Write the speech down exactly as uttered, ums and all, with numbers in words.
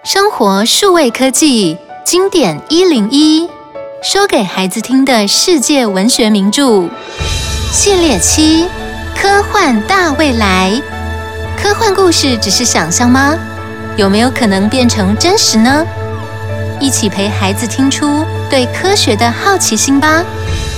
生活数位科技经典一零一，说给孩子听的世界文学名著系列七：科幻大未来。科幻故事只是想象吗？有没有可能变成真实呢？一起陪孩子听出对科学的好奇心吧。